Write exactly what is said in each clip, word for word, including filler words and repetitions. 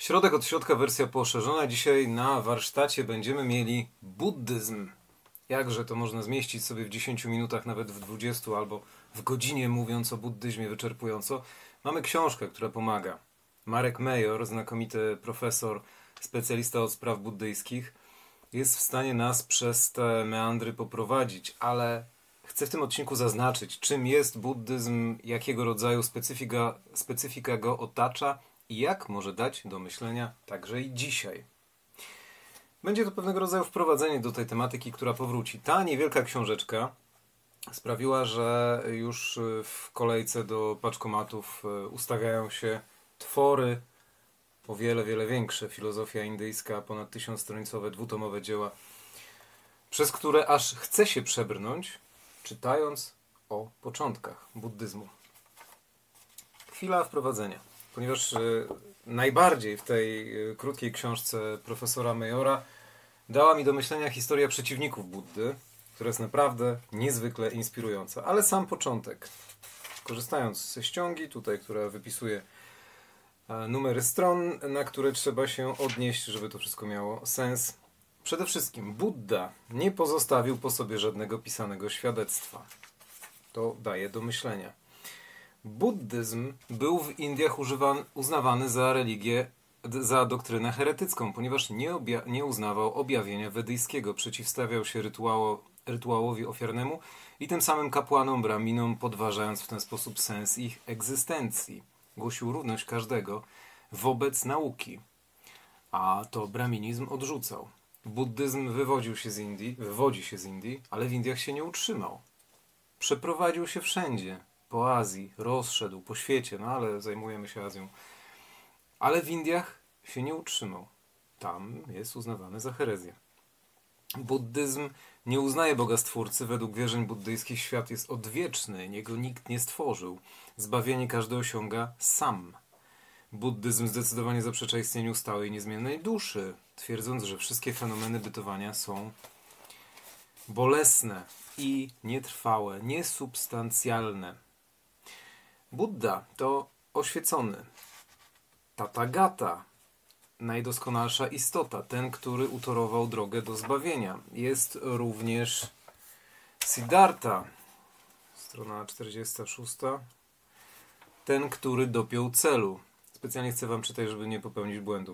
Środek od środka, wersja poszerzona. Dzisiaj na warsztacie będziemy mieli buddyzm. Jakże to można zmieścić sobie w dziesięciu minutach, nawet w dwudziestu albo w godzinie, mówiąc o buddyzmie wyczerpująco. Mamy książkę, która pomaga. Marek Major, znakomity profesor, specjalista od spraw buddyjskich, jest w stanie nas przez te meandry poprowadzić, ale chcę w tym odcinku zaznaczyć, czym jest buddyzm, jakiego rodzaju specyfika, specyfika go otacza i jak może dać do myślenia także i dzisiaj. Będzie to pewnego rodzaju wprowadzenie do tej tematyki, która powróci. Ta niewielka książeczka sprawiła, że już w kolejce do paczkomatów ustawiają się twory o wiele, wiele większe. Filozofia indyjska, ponad tysiącstronicowe, dwutomowe dzieła, przez które aż chce się przebrnąć, czytając o początkach buddyzmu. Chwila wprowadzenia. Ponieważ y, najbardziej w tej y, krótkiej książce profesora Majora dała mi do myślenia historia przeciwników Buddy, która jest naprawdę niezwykle inspirująca. Ale sam początek. Korzystając ze ściągi, tutaj, która wypisuje e, numery stron, na które trzeba się odnieść, żeby to wszystko miało sens. Przede wszystkim Buddha nie pozostawił po sobie żadnego pisanego świadectwa. To daje do myślenia. Buddyzm był w Indiach używany, uznawany za religię, za doktrynę heretycką, ponieważ nie, obja, nie uznawał objawienia wedyjskiego, przeciwstawiał się rytuało, rytuałowi ofiarnemu i tym samym kapłanom, brahminom, podważając w ten sposób sens ich egzystencji. Głosił równość każdego wobec nauki, a to brahminizm odrzucał. Buddyzm wywodził się z Indii, wywodzi się z Indii, ale w Indiach się nie utrzymał. Przeprowadził się wszędzie. Po Azji, rozszedł, po świecie, no ale zajmujemy się Azją. Ale w Indiach się nie utrzymał. Tam jest uznawany za herezję. Buddyzm nie uznaje Boga Stwórcy. Według wierzeń buddyjskich świat jest odwieczny, niego nikt nie stworzył. Zbawienie każdy osiąga sam. Buddyzm zdecydowanie zaprzecza istnieniu stałej, niezmiennej duszy, twierdząc, że wszystkie fenomeny bytowania są bolesne i nietrwałe, niesubstancjalne. Buddha to oświecony, Tathagata, najdoskonalsza istota, ten, który utorował drogę do zbawienia. Jest również Siddhartha, strona czterdziesta szósta, ten, który dopiął celu. Specjalnie chcę wam czytać, żeby nie popełnić błędu.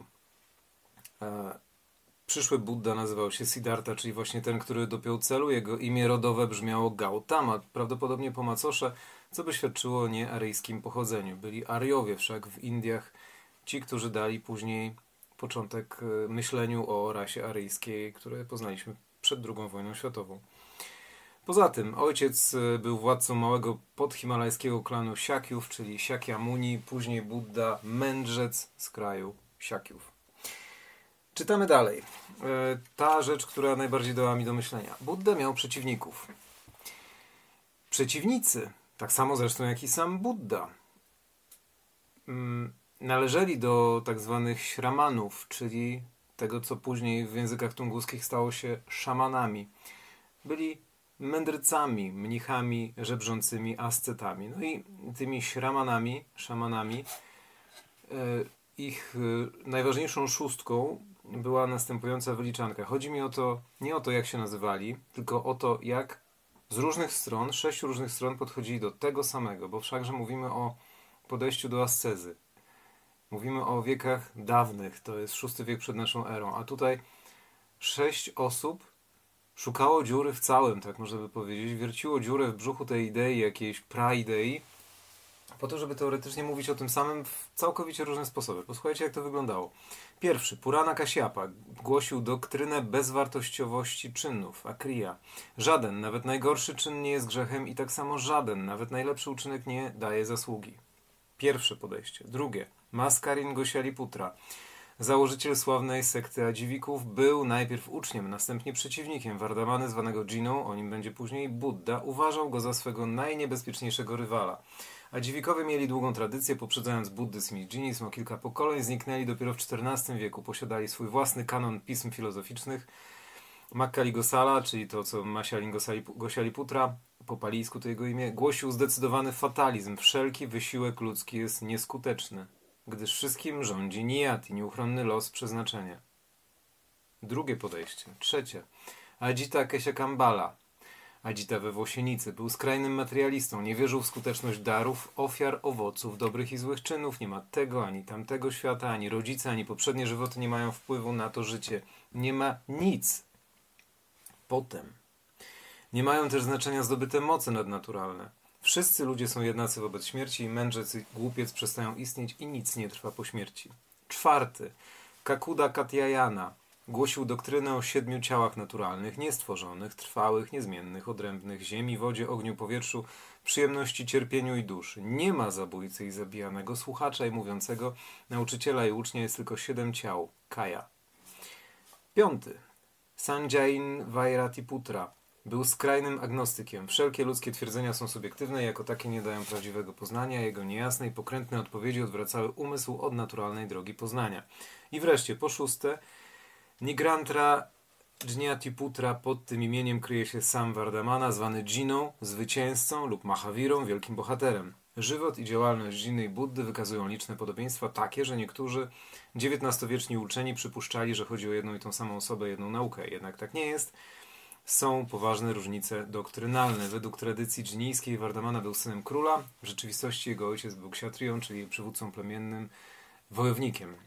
E, przyszły Buddha nazywał się Siddhartha, czyli właśnie ten, który dopiął celu. Jego imię rodowe brzmiało Gautama, prawdopodobnie po macosze, co by świadczyło o niearyjskim pochodzeniu. Byli Ariowie wszak w Indiach, ci, którzy dali później początek myśleniu o rasie aryjskiej, które poznaliśmy przed drugą wojną światową. Poza tym ojciec był władcą małego podhimalajskiego klanu Siakiów, czyli Siakyamuni, później Buddha, mędrzec z kraju Siakiów. Czytamy dalej. Ta rzecz, która najbardziej dała mi do myślenia. Buddha miał przeciwników. Przeciwnicy, tak samo zresztą jak i sam Buddha, należeli do tak zwanych śramanów, czyli tego, co później w językach tunguskich stało się szamanami. Byli mędrcami, mnichami, żebrzącymi, ascetami. No i tymi śramanami, szamanami, ich najważniejszą szóstką była następująca wyliczanka. Chodzi mi o to, nie o to, jak się nazywali, tylko o to, jak z różnych stron, sześciu różnych stron podchodzili do tego samego, bo wszakże mówimy o podejściu do ascezy. Mówimy o wiekach dawnych, to jest szósty wiek przed naszą erą, a tutaj sześć osób szukało dziury w całym, tak można by powiedzieć, wierciło dziurę w brzuchu tej idei, jakiejś praidei, po to, żeby teoretycznie mówić o tym samym w całkowicie różne sposoby. Posłuchajcie, jak to wyglądało. Pierwszy, Purana Kashyapa, głosił doktrynę bezwartościowości czynów, akriya. Żaden, nawet najgorszy czyn nie jest grzechem i tak samo żaden, nawet najlepszy uczynek nie daje zasługi. Pierwsze podejście. Drugie, Maskarin Goshaliputra, założyciel sławnej sekty Adziwików, był najpierw uczniem, następnie przeciwnikiem Vardhamany zwanego Jiną, o nim będzie później Buddha, uważał go za swego najniebezpieczniejszego rywala. Adziwikowie mieli długą tradycję, poprzedzając buddyzm i dżinizm o kilka pokoleń, zniknęli dopiero w czternastym wieku, posiadali swój własny kanon pism filozoficznych. Makkali Gosala, czyli to, co Masia Goshaliputra, po palijsku to jego imię, głosił zdecydowany fatalizm. Wszelki wysiłek ludzki jest nieskuteczny. gdyż wszystkim rządzi niyati, nieuchronny los przeznaczenia. Drugie podejście. Trzecie. Ajita Kesiakambala. Ajita we Włosienicy był skrajnym materialistą, nie wierzył w skuteczność darów, ofiar, owoców, dobrych i złych czynów. Nie ma tego, ani tamtego świata, ani rodzice, ani poprzednie żywoty nie mają wpływu na to życie. Nie ma nic. Potem. Nie mają też znaczenia zdobyte moce nadnaturalne. Wszyscy ludzie są jednacy wobec śmierci i mędrzec i głupiec przestają istnieć i nic nie trwa po śmierci. Czwarty. Kakuda Katyayana. Głosił doktrynę o siedmiu ciałach naturalnych, niestworzonych, trwałych, niezmiennych, odrębnych, ziemi, wodzie, ogniu, powietrzu, przyjemności, cierpieniu i duszy. Nie ma zabójcy i zabijanego, słuchacza i mówiącego, nauczyciela i ucznia, jest tylko siedem ciał. Kaya. Piąty. Sanjain Vairatiputra. Był skrajnym agnostykiem. Wszelkie ludzkie twierdzenia są subiektywne i jako takie nie dają prawdziwego poznania. Jego niejasne i pokrętne odpowiedzi odwracały umysł od naturalnej drogi poznania. I wreszcie, po szóste, Nigrantra Dżniatiputra. Pod tym imieniem kryje się sam Vardhamana, zwany Dżiną, zwycięzcą lub Mahavirą, wielkim bohaterem. Żywot i działalność Dżiny i Buddy wykazują liczne podobieństwa, takie, że niektórzy dziewiętnastowieczni uczeni przypuszczali, że chodzi o jedną i tą samą osobę, jedną naukę. Jednak tak nie jest. Są poważne różnice doktrynalne. Według tradycji dżinijskiej Vardhamana był synem króla. W rzeczywistości jego ojciec był kshatriją, czyli przywódcą plemiennym, wojownikiem.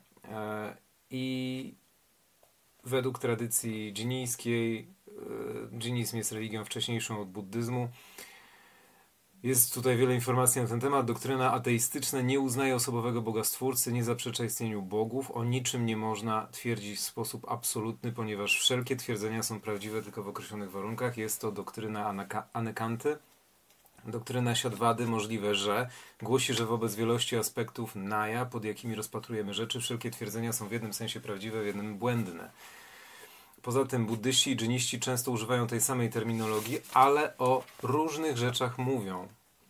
I według tradycji dżinijskiej, dżinizm jest religią wcześniejszą od buddyzmu. Jest tutaj wiele informacji na ten temat. Doktryna ateistyczna nie uznaje osobowego Boga Stwórcy, nie zaprzecza istnieniu bogów. O niczym nie można twierdzić w sposób absolutny, ponieważ wszelkie twierdzenia są prawdziwe tylko w określonych warunkach. Jest to doktryna Anekanty. Doktryna Siadwady możliwe, że głosi, że wobec wielości aspektów naja, pod jakimi rozpatrujemy rzeczy, wszelkie twierdzenia są w jednym sensie prawdziwe, w jednym błędne. Poza tym buddyści i dżiniści często używają tej samej terminologii, ale o różnych rzeczach mówią.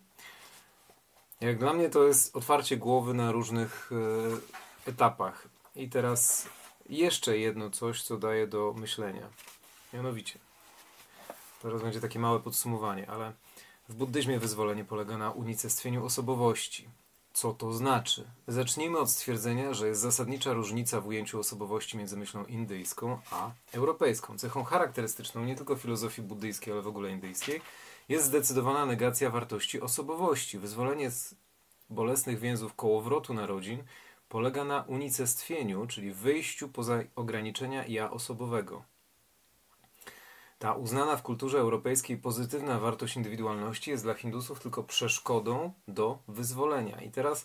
Jak dla mnie to jest otwarcie głowy na różnych e, etapach. I teraz jeszcze jedno coś, co daje do myślenia. Mianowicie, teraz będzie takie małe podsumowanie, ale w buddyzmie wyzwolenie polega na unicestwieniu osobowości. Co to znaczy? Zacznijmy od stwierdzenia, że jest zasadnicza różnica w ujęciu osobowości między myślą indyjską a europejską. Cechą charakterystyczną nie tylko filozofii buddyjskiej, ale w ogóle indyjskiej jest zdecydowana negacja wartości osobowości. Wyzwolenie z bolesnych więzów kołowrotu narodzin polega na unicestwieniu, czyli wyjściu poza ograniczenia ja osobowego. Ta uznana w kulturze europejskiej pozytywna wartość indywidualności jest dla Hindusów tylko przeszkodą do wyzwolenia. I teraz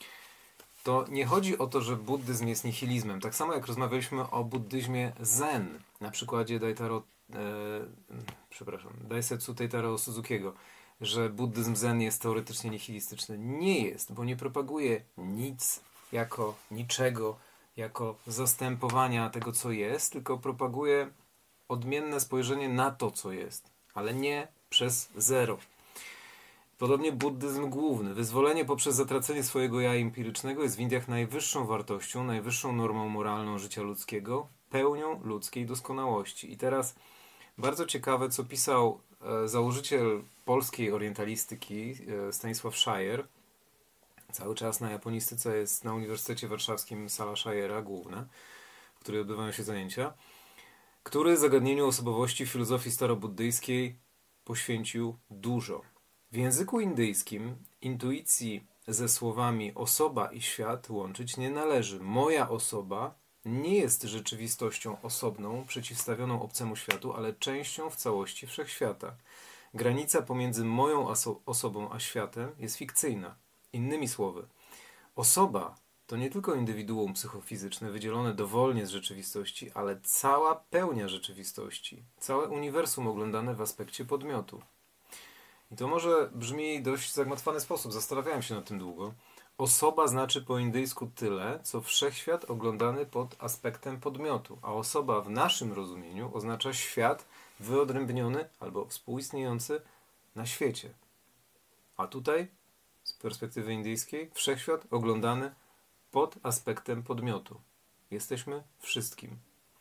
to nie chodzi o to, że buddyzm jest nihilizmem. Tak samo jak rozmawialiśmy o buddyzmie zen, na przykładzie Daitaro, e, przepraszam, Daisetsu Teitaro Suzukiego, że buddyzm zen jest teoretycznie nihilistyczny. Nie jest, bo nie propaguje nic jako niczego, jako zastępowania tego, co jest, tylko propaguje odmienne spojrzenie na to, co jest, ale nie przez zero. Podobnie buddyzm główny. Wyzwolenie poprzez zatracenie swojego ja empirycznego jest w Indiach najwyższą wartością, najwyższą normą moralną życia ludzkiego, pełnią ludzkiej doskonałości. I teraz bardzo ciekawe, co pisał e, założyciel polskiej orientalistyki e, Stanisław Szajer. Cały czas na japonistyce jest na Uniwersytecie Warszawskim sala Szajera główna, w której odbywają się zajęcia, który zagadnieniu osobowości w filozofii starobuddyjskiej poświęcił dużo. W języku indyjskim intuicji ze słowami osoba i świat łączyć nie należy. Moja osoba nie jest rzeczywistością osobną, przeciwstawioną obcemu światu, ale częścią w całości wszechświata. Granica pomiędzy moją oso- osobą a światem jest fikcyjna. Innymi słowy, osoba to nie tylko indywiduum psychofizyczne wydzielone dowolnie z rzeczywistości, ale cała pełnia rzeczywistości, całe uniwersum oglądane w aspekcie podmiotu. I to może brzmi dość w zagmatwany sposób, zastanawiałem się nad tym długo. Osoba znaczy po indyjsku tyle, co wszechświat oglądany pod aspektem podmiotu, a osoba w naszym rozumieniu oznacza świat wyodrębniony albo współistniejący na świecie. A tutaj, z perspektywy indyjskiej, wszechświat oglądany pod aspektem podmiotu. Jesteśmy wszystkim.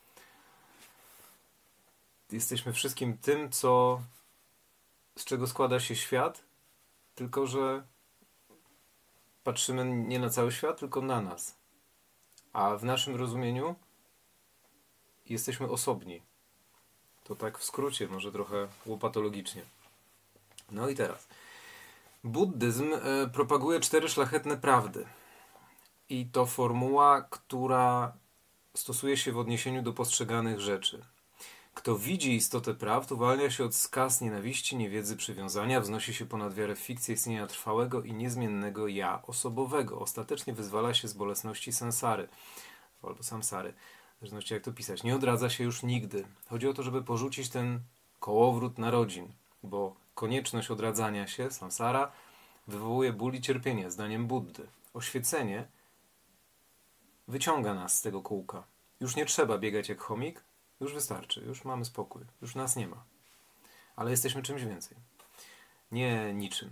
Jesteśmy wszystkim tym, co, z czego składa się świat, tylko że patrzymy nie na cały świat, tylko na nas. A w naszym rozumieniu jesteśmy osobni. To tak w skrócie, może trochę łopatologicznie. No i teraz. Buddyzm e, propaguje cztery szlachetne prawdy. I to formuła, która stosuje się w odniesieniu do postrzeganych rzeczy. Kto widzi istotę prawd, uwalnia się od skaz nienawiści, niewiedzy, przywiązania, wznosi się ponad wiarę w fikcję istnienia trwałego i niezmiennego ja osobowego. Ostatecznie wyzwala się z bolesności sansary, albo samsary, w zależności jak to pisać. Nie odradza się już nigdy. Chodzi o to, żeby porzucić ten kołowrót narodzin, bo konieczność odradzania się, samsara, wywołuje ból i cierpienie, zdaniem Buddy. Oświecenie wyciąga nas z tego kółka. Już nie trzeba biegać jak chomik, już wystarczy, już mamy spokój, już nas nie ma. Ale jesteśmy czymś więcej. Nie niczym.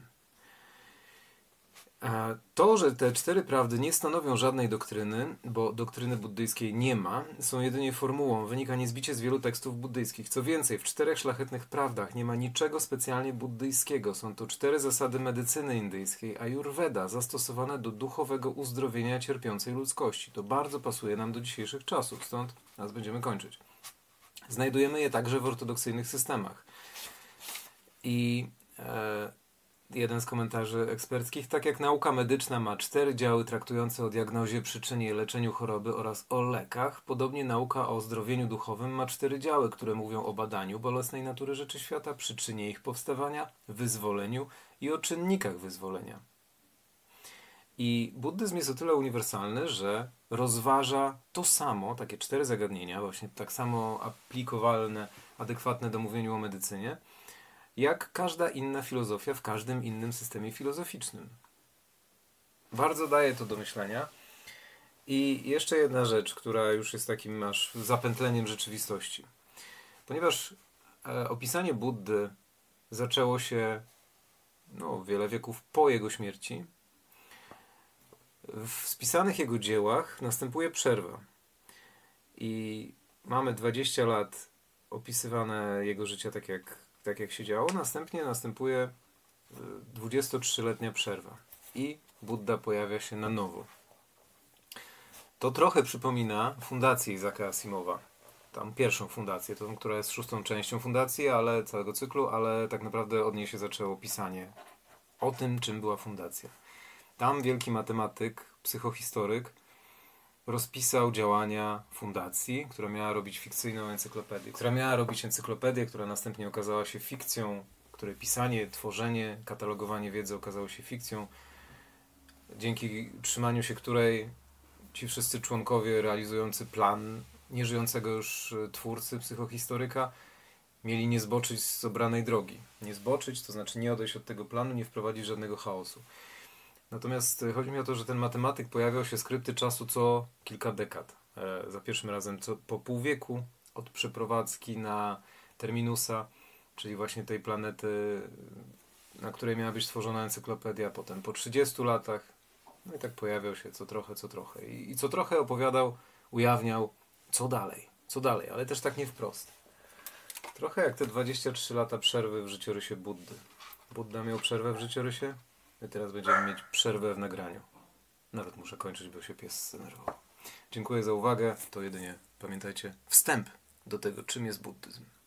To, że te cztery prawdy nie stanowią żadnej doktryny, bo doktryny buddyjskiej nie ma, są jedynie formułą, wynika niezbicie z wielu tekstów buddyjskich. Co więcej, w czterech szlachetnych prawdach nie ma niczego specjalnie buddyjskiego. Są to cztery zasady medycyny indyjskiej, ajurveda, zastosowane do duchowego uzdrowienia cierpiącej ludzkości. To bardzo pasuje nam do dzisiejszych czasów, stąd nas będziemy kończyć. Znajdujemy je także w ortodoksyjnych systemach. I e, jeden z komentarzy eksperckich, tak jak nauka medyczna ma cztery działy traktujące o diagnozie, przyczynie i leczeniu choroby oraz o lekach, podobnie nauka o zdrowieniu duchowym ma cztery działy, które mówią o badaniu bolesnej natury rzeczy świata, przyczynie ich powstawania, wyzwoleniu i o czynnikach wyzwolenia. I buddyzm jest o tyle uniwersalny, że rozważa to samo, takie cztery zagadnienia, właśnie tak samo aplikowalne, adekwatne do mówienia o medycynie, jak każda inna filozofia w każdym innym systemie filozoficznym. Bardzo daje to do myślenia. I jeszcze jedna rzecz, która już jest takim aż zapętleniem rzeczywistości. Ponieważ e, opisanie Buddy zaczęło się no, wiele wieków po jego śmierci, w spisanych jego dziełach następuje przerwa. I mamy dwadzieścia lat opisywane jego życia tak jak, tak jak się działo. Następnie następuje dwudziestotrzyletnia przerwa. I Buddha pojawia się na nowo. To trochę przypomina fundację Isaaca Asimowa. Tam pierwszą fundację, tą, która jest szóstą częścią fundacji, ale całego cyklu, ale tak naprawdę od niej się zaczęło pisanie o tym, czym była fundacja. Tam wielki matematyk, psychohistoryk rozpisał działania fundacji, która miała robić fikcyjną encyklopedię, która miała robić encyklopedię, która następnie okazała się fikcją, której pisanie, tworzenie, katalogowanie wiedzy okazało się fikcją, dzięki trzymaniu się której ci wszyscy członkowie realizujący plan nieżyjącego już twórcy, psychohistoryka, mieli nie zboczyć z obranej drogi. Nie zboczyć, to znaczy nie odejść od tego planu, nie wprowadzić żadnego chaosu. Natomiast chodzi mi o to, że ten matematyk pojawiał się skrypty czasu co kilka dekad. E, za pierwszym razem co po pół wieku od przeprowadzki na Terminusa, czyli właśnie tej planety, na której miała być stworzona encyklopedia, potem po trzydziestu latach. No i tak pojawiał się co trochę, co trochę. I, i co trochę opowiadał, ujawniał, co dalej, co dalej, ale też tak nie wprost. Trochę jak te dwadzieścia trzy lata przerwy w życiorysie Buddy. Buddha miał przerwę w życiorysie, my teraz będziemy mieć przerwę w nagraniu. Nawet muszę kończyć, bo się pies zdenerwował. Dziękuję za uwagę. To jedynie, pamiętajcie, wstęp do tego, czym jest buddyzm.